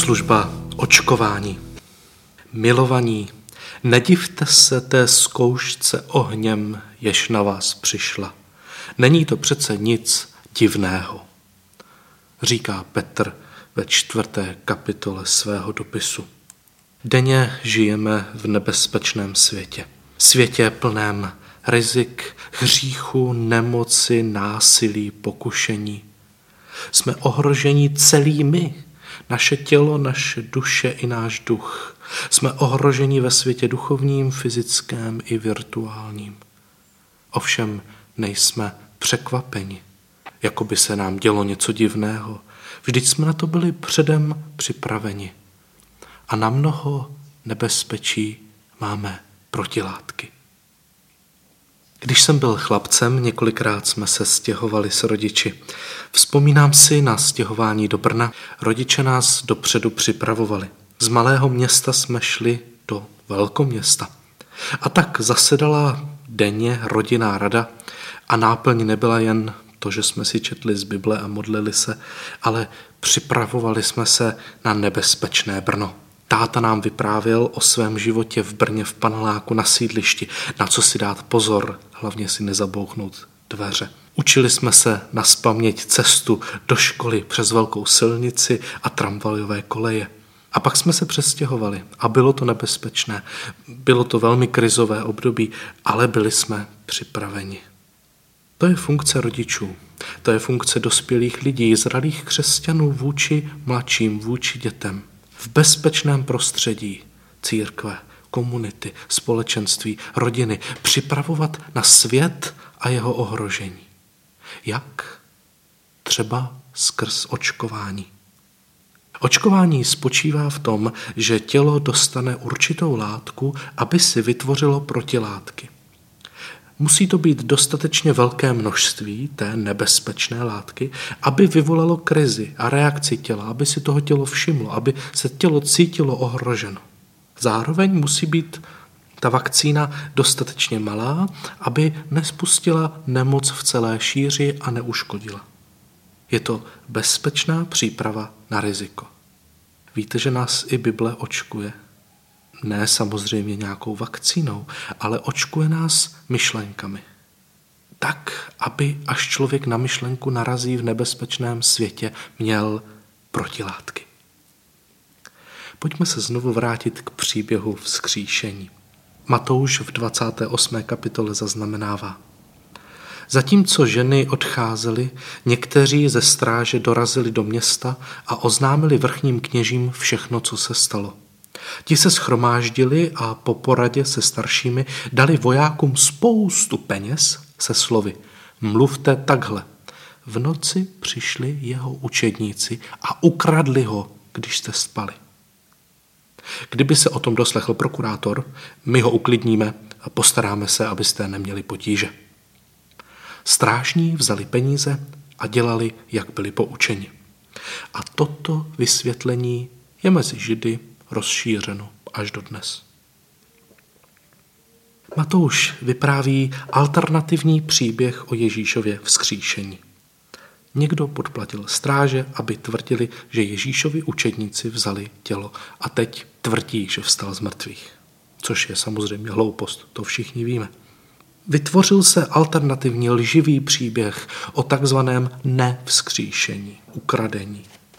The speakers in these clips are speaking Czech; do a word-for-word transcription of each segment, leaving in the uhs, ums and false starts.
Bohoslužba očkování. Milovaní, nedivte se té zkoušce ohněm, jež na vás přišla. Není to přece nic divného, říká Petr ve čtvrté kapitole svého dopisu. Denně žijeme v nebezpečném světě. Světě plném rizik, hříchu, nemoci, násilí, pokušení. Jsme ohroženi celými, naše tělo, naše duše i náš duch. Jsme ohroženi ve světě duchovním, fyzickém i virtuálním. Ovšem nejsme překvapeni, jako by se nám dělo něco divného. Vždyť jsme na to byli předem připraveni. A na mnoho nebezpečí máme protilátky. Když jsem byl chlapcem, několikrát jsme se stěhovali s rodiči. Vzpomínám si na stěhování do Brna. Rodiče nás dopředu připravovali. Z malého města jsme šli do velkoměsta. A tak zasedala denně rodinná rada a náplň nebyla jen to, že jsme si četli z Bible a modlili se, ale připravovali jsme se na nebezpečné Brno. Táta nám vyprávěl o svém životě v Brně v paneláku na sídlišti, na co si dát pozor, hlavně si nezabouchnout dveře. Učili jsme se nazpaměť cestu do školy přes velkou silnici a tramvajové koleje. A pak jsme se přestěhovali a bylo to nebezpečné. Bylo to velmi krizové období, ale byli jsme připraveni. To je funkce rodičů, to je funkce dospělých lidí, zralých křesťanů vůči mladším, vůči dětem. V bezpečném prostředí církve, komunity, společenství, rodiny připravovat na svět a jeho ohrožení. Jak? Třeba skrz očkování. Očkování spočívá v tom, že tělo dostane určitou látku, aby si vytvořilo protilátky. Musí to být dostatečně velké množství té nebezpečné látky, aby vyvolalo krizi a reakci těla, aby si toho tělo všimlo, aby se tělo cítilo ohroženo. Zároveň musí být ta vakcína dostatečně malá, aby nespustila nemoc v celé šíři a neuškodila. Je to bezpečná příprava na riziko. Víte, že nás i Bible očkuje? Ne samozřejmě nějakou vakcínou, ale očkuje nás myšlenkami. Tak, aby až člověk na myšlenku narazí v nebezpečném světě, měl protilátky. Pojďme se znovu vrátit k příběhu vzkříšení. Matouš v dvacáté osmé kapitole zaznamenává. Zatímco ženy odcházely, někteří ze stráže dorazili do města a oznámili vrchním kněžím všechno, co se stalo. Ti se shromáždili a po poradě se staršími dali vojákům spoustu peněz se slovy: mluvte takhle. V noci přišli jeho učedníci a ukradli ho, když jste spali. Kdyby se o tom doslechl prokurátor, my ho uklidníme a postaráme se, abyste neměli potíže. Strážní vzali peníze a dělali, jak byli poučeni. A toto vysvětlení je mezi Židy rozšířeno až dodnes. Matouš vypráví alternativní příběh o Ježíšově vzkříšení. Někdo podplatil stráže, aby tvrdili, že Ježíšovi učedníci vzali tělo a teď tvrdí, že vstal z mrtvých. Což je samozřejmě hloupost, to všichni víme. Vytvořil se alternativní lživý příběh o takzvaném nevzkříšení, ukradení.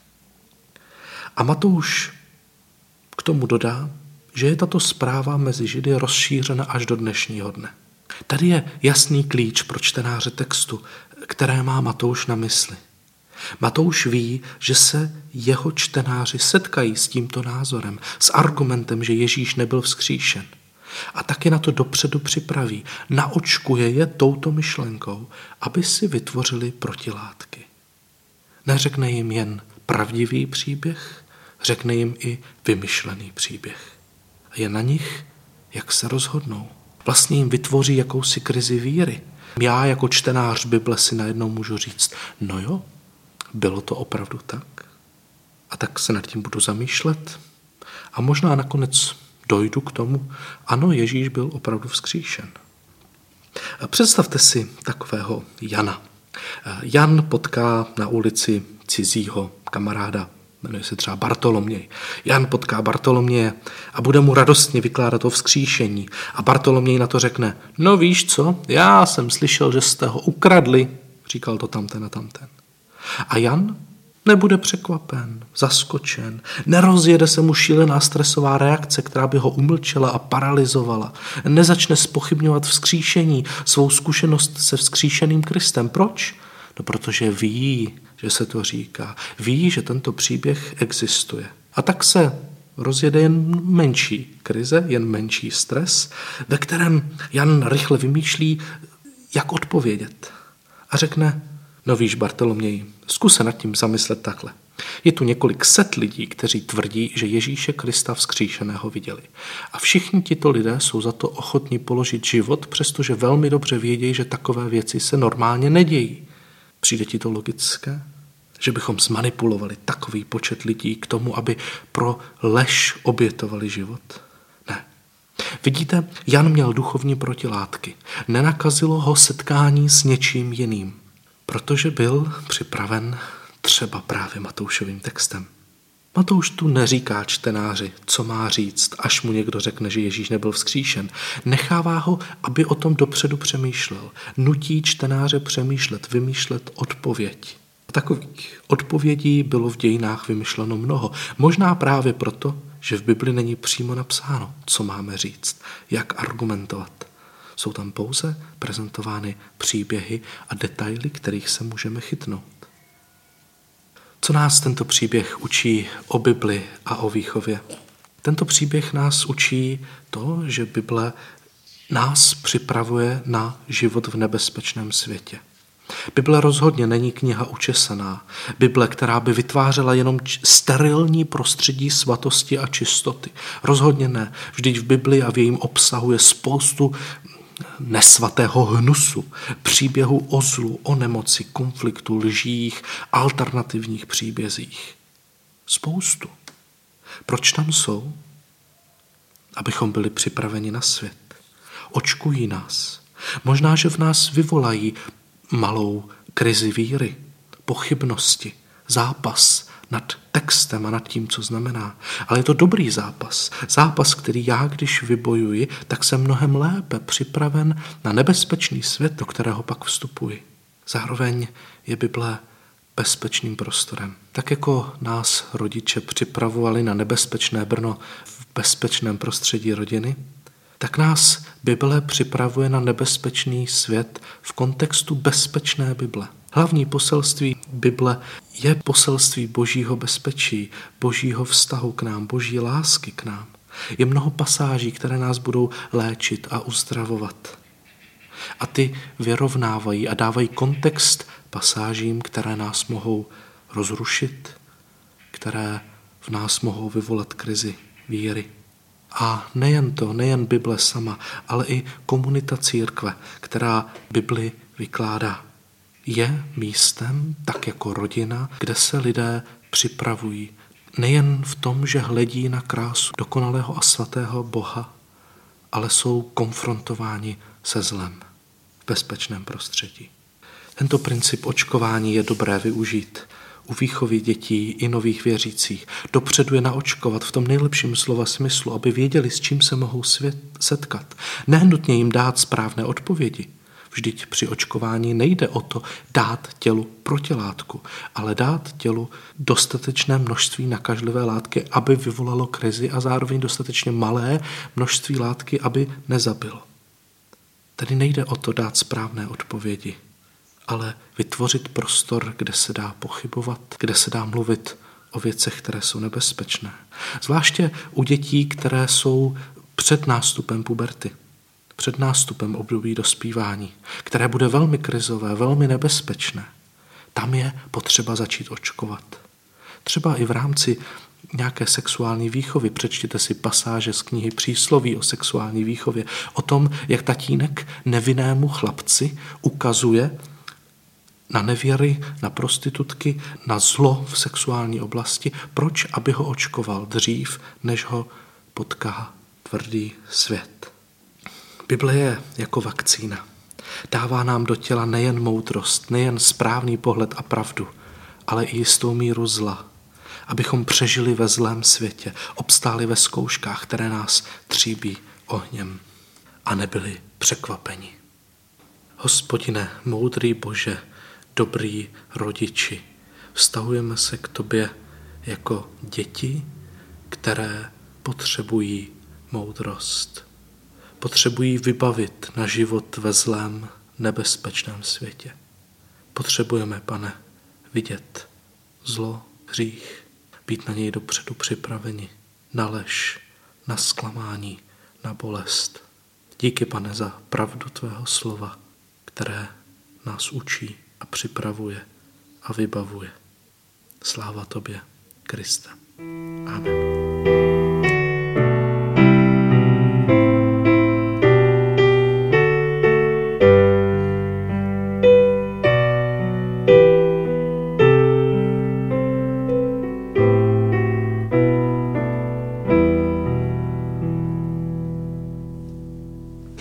A Matouš k tomu dodá, že je tato zpráva mezi Židy rozšířena až do dnešního dne. Tady je jasný klíč pro čtenáře textu, které má Matouš na mysli. Matouš ví, že se jeho čtenáři setkají s tímto názorem, s argumentem, že Ježíš nebyl vzkříšen. A taky na to dopředu připraví, naočkuje je touto myšlenkou, aby si vytvořili protilátky. Neřekne jim jen pravdivý příběh, řekne jim i vymyšlený příběh. A je na nich, jak se rozhodnou. Vlastně jim vytvoří jakousi krizi víry. Já jako čtenář Bible si najednou můžu říct, no jo, bylo to opravdu tak. A tak se nad tím budu zamýšlet. A možná nakonec dojdu k tomu, ano, Ježíš byl opravdu vzkříšen. A představte si takového Jana. Jan potká na ulici cizího kamaráda, jmenuje se třeba Bartoloměj. Jan potká Bartoloměje a bude mu radostně vykládat o vzkříšení. A Bartoloměj na to řekne, no víš co, já jsem slyšel, že jste ho ukradli, říkal to tamten a tamten. A Jan nebude překvapen, zaskočen, nerozjede se mu šílená stresová reakce, která by ho umlčela a paralyzovala. Nezačne zpochybňovat vzkříšení, svou zkušenost se vzkříšeným Kristem. Proč? No protože ví, že se to říká. Ví, že tento příběh existuje. A tak se rozjede jen menší krize, jen menší stres, ve kterém Jan rychle vymýšlí, jak odpovědět. A řekne, no víš, Bartoloměj, zkus se nad tím zamyslet takhle. Je tu několik set lidí, kteří tvrdí, že Ježíše Krista vzkříšeného viděli. A všichni tito lidé jsou za to ochotní položit život, přestože velmi dobře vědí, že takové věci se normálně nedějí. Přijde ti to logické? Že bychom zmanipulovali takový počet lidí k tomu, aby pro lež obětovali život? Ne. Vidíte, Jan měl duchovní protilátky. Nenakazilo ho setkání s něčím jiným, protože byl připraven třeba právě Matoušovým textem. Matouš tu neříká čtenáři, co má říct, až mu někdo řekne, že Ježíš nebyl vzkříšen. Nechává ho, aby o tom dopředu přemýšlel. Nutí čtenáře přemýšlet, vymýšlet odpověď. A takových odpovědí bylo v dějinách vymyšleno mnoho. Možná právě proto, že v Bibli není přímo napsáno, co máme říct, jak argumentovat. Jsou tam pouze prezentovány příběhy a detaily, kterých se můžeme chytnout. Co nás tento příběh učí o Bibli a o výchově? Tento příběh nás učí to, že Bible nás připravuje na život v nebezpečném světě. Bible rozhodně není kniha učesaná. Bible, která by vytvářela jenom sterilní prostředí svatosti a čistoty. Rozhodně ne. Vždyť v Bibli a v jejím obsahu je spoustu nesvatého hnusu, příběhu o zlu, o nemoci, konfliktu, lžích, alternativních příbězích. Spoustu. Proč tam jsou? Abychom byli připraveni na svět. Očkují nás. Možná, že v nás vyvolají malou krizi víry, pochybnosti, zápas nad textem a nad tím, co znamená. Ale je to dobrý zápas. Zápas, který já, když vybojuji, tak jsem mnohem lépe připraven na nebezpečný svět, do kterého pak vstupuji. Zároveň je Bible bezpečným prostorem. Tak jako nás rodiče připravovali na nebezpečné Brno v bezpečném prostředí rodiny, tak nás Bible připravuje na nebezpečný svět v kontextu bezpečné Bible. Hlavní poselství Bible je poselství božího bezpečí, božího vztahu k nám, boží lásky k nám. Je mnoho pasáží, které nás budou léčit a uzdravovat. A ty vyrovnávají a dávají kontext pasážím, které nás mohou rozrušit, které v nás mohou vyvolat krizi víry. A nejen to, nejen Bible sama, ale i komunita církve, která Bibli vykládá, je místem, tak jako rodina, kde se lidé připravují. Nejen v tom, že hledí na krásu dokonalého a svatého Boha, ale jsou konfrontováni se zlem v bezpečném prostředí. Tento princip očkování je dobré využít u výchovy dětí i nových věřících. Dopředu je naočkovat v tom nejlepším slova smyslu, aby věděli, s čím se mohou svět setkat. Nehnutně jim dát správné odpovědi. Vždyť při očkování nejde o to dát tělu protilátku, ale dát tělu dostatečné množství nakažlivé látky, aby vyvolalo krizi a zároveň dostatečně malé množství látky, aby nezabilo. Tedy nejde o to dát správné odpovědi, ale vytvořit prostor, kde se dá pochybovat, kde se dá mluvit o věcech, které jsou nebezpečné. Zvláště u dětí, které jsou před nástupem puberty, před nástupem období dospívání, které bude velmi krizové, velmi nebezpečné. Tam je potřeba začít očkovat. Třeba i v rámci nějaké sexuální výchovy. Přečtěte si pasáže z knihy Přísloví o sexuální výchově, o tom, jak tatínek nevinnému chlapci ukazuje na nevěry, na prostitutky, na zlo v sexuální oblasti. Proč? Aby ho očkoval dřív, než ho potká tvrdý svět. Bible je jako vakcína. Dává nám do těla nejen moudrost, nejen správný pohled a pravdu, ale i jistou míru zla. abychom přežili ve zlém světě, obstáli ve zkouškách, které nás tříbí ohněm a nebyli překvapeni. Hospodine, moudrý Bože, dobrý rodiči, vztahujeme se k tobě jako děti, které potřebují moudrost. Potřebují vybavit na život ve zlém, nebezpečném světě. Potřebujeme, Pane, vidět zlo, hřích, být na něj dopředu připraveni, na lež, na zklamání, na bolest. Díky, Pane, za pravdu tvého slova, které nás učí a připravuje a vybavuje. Sláva tobě, Kriste. Amen.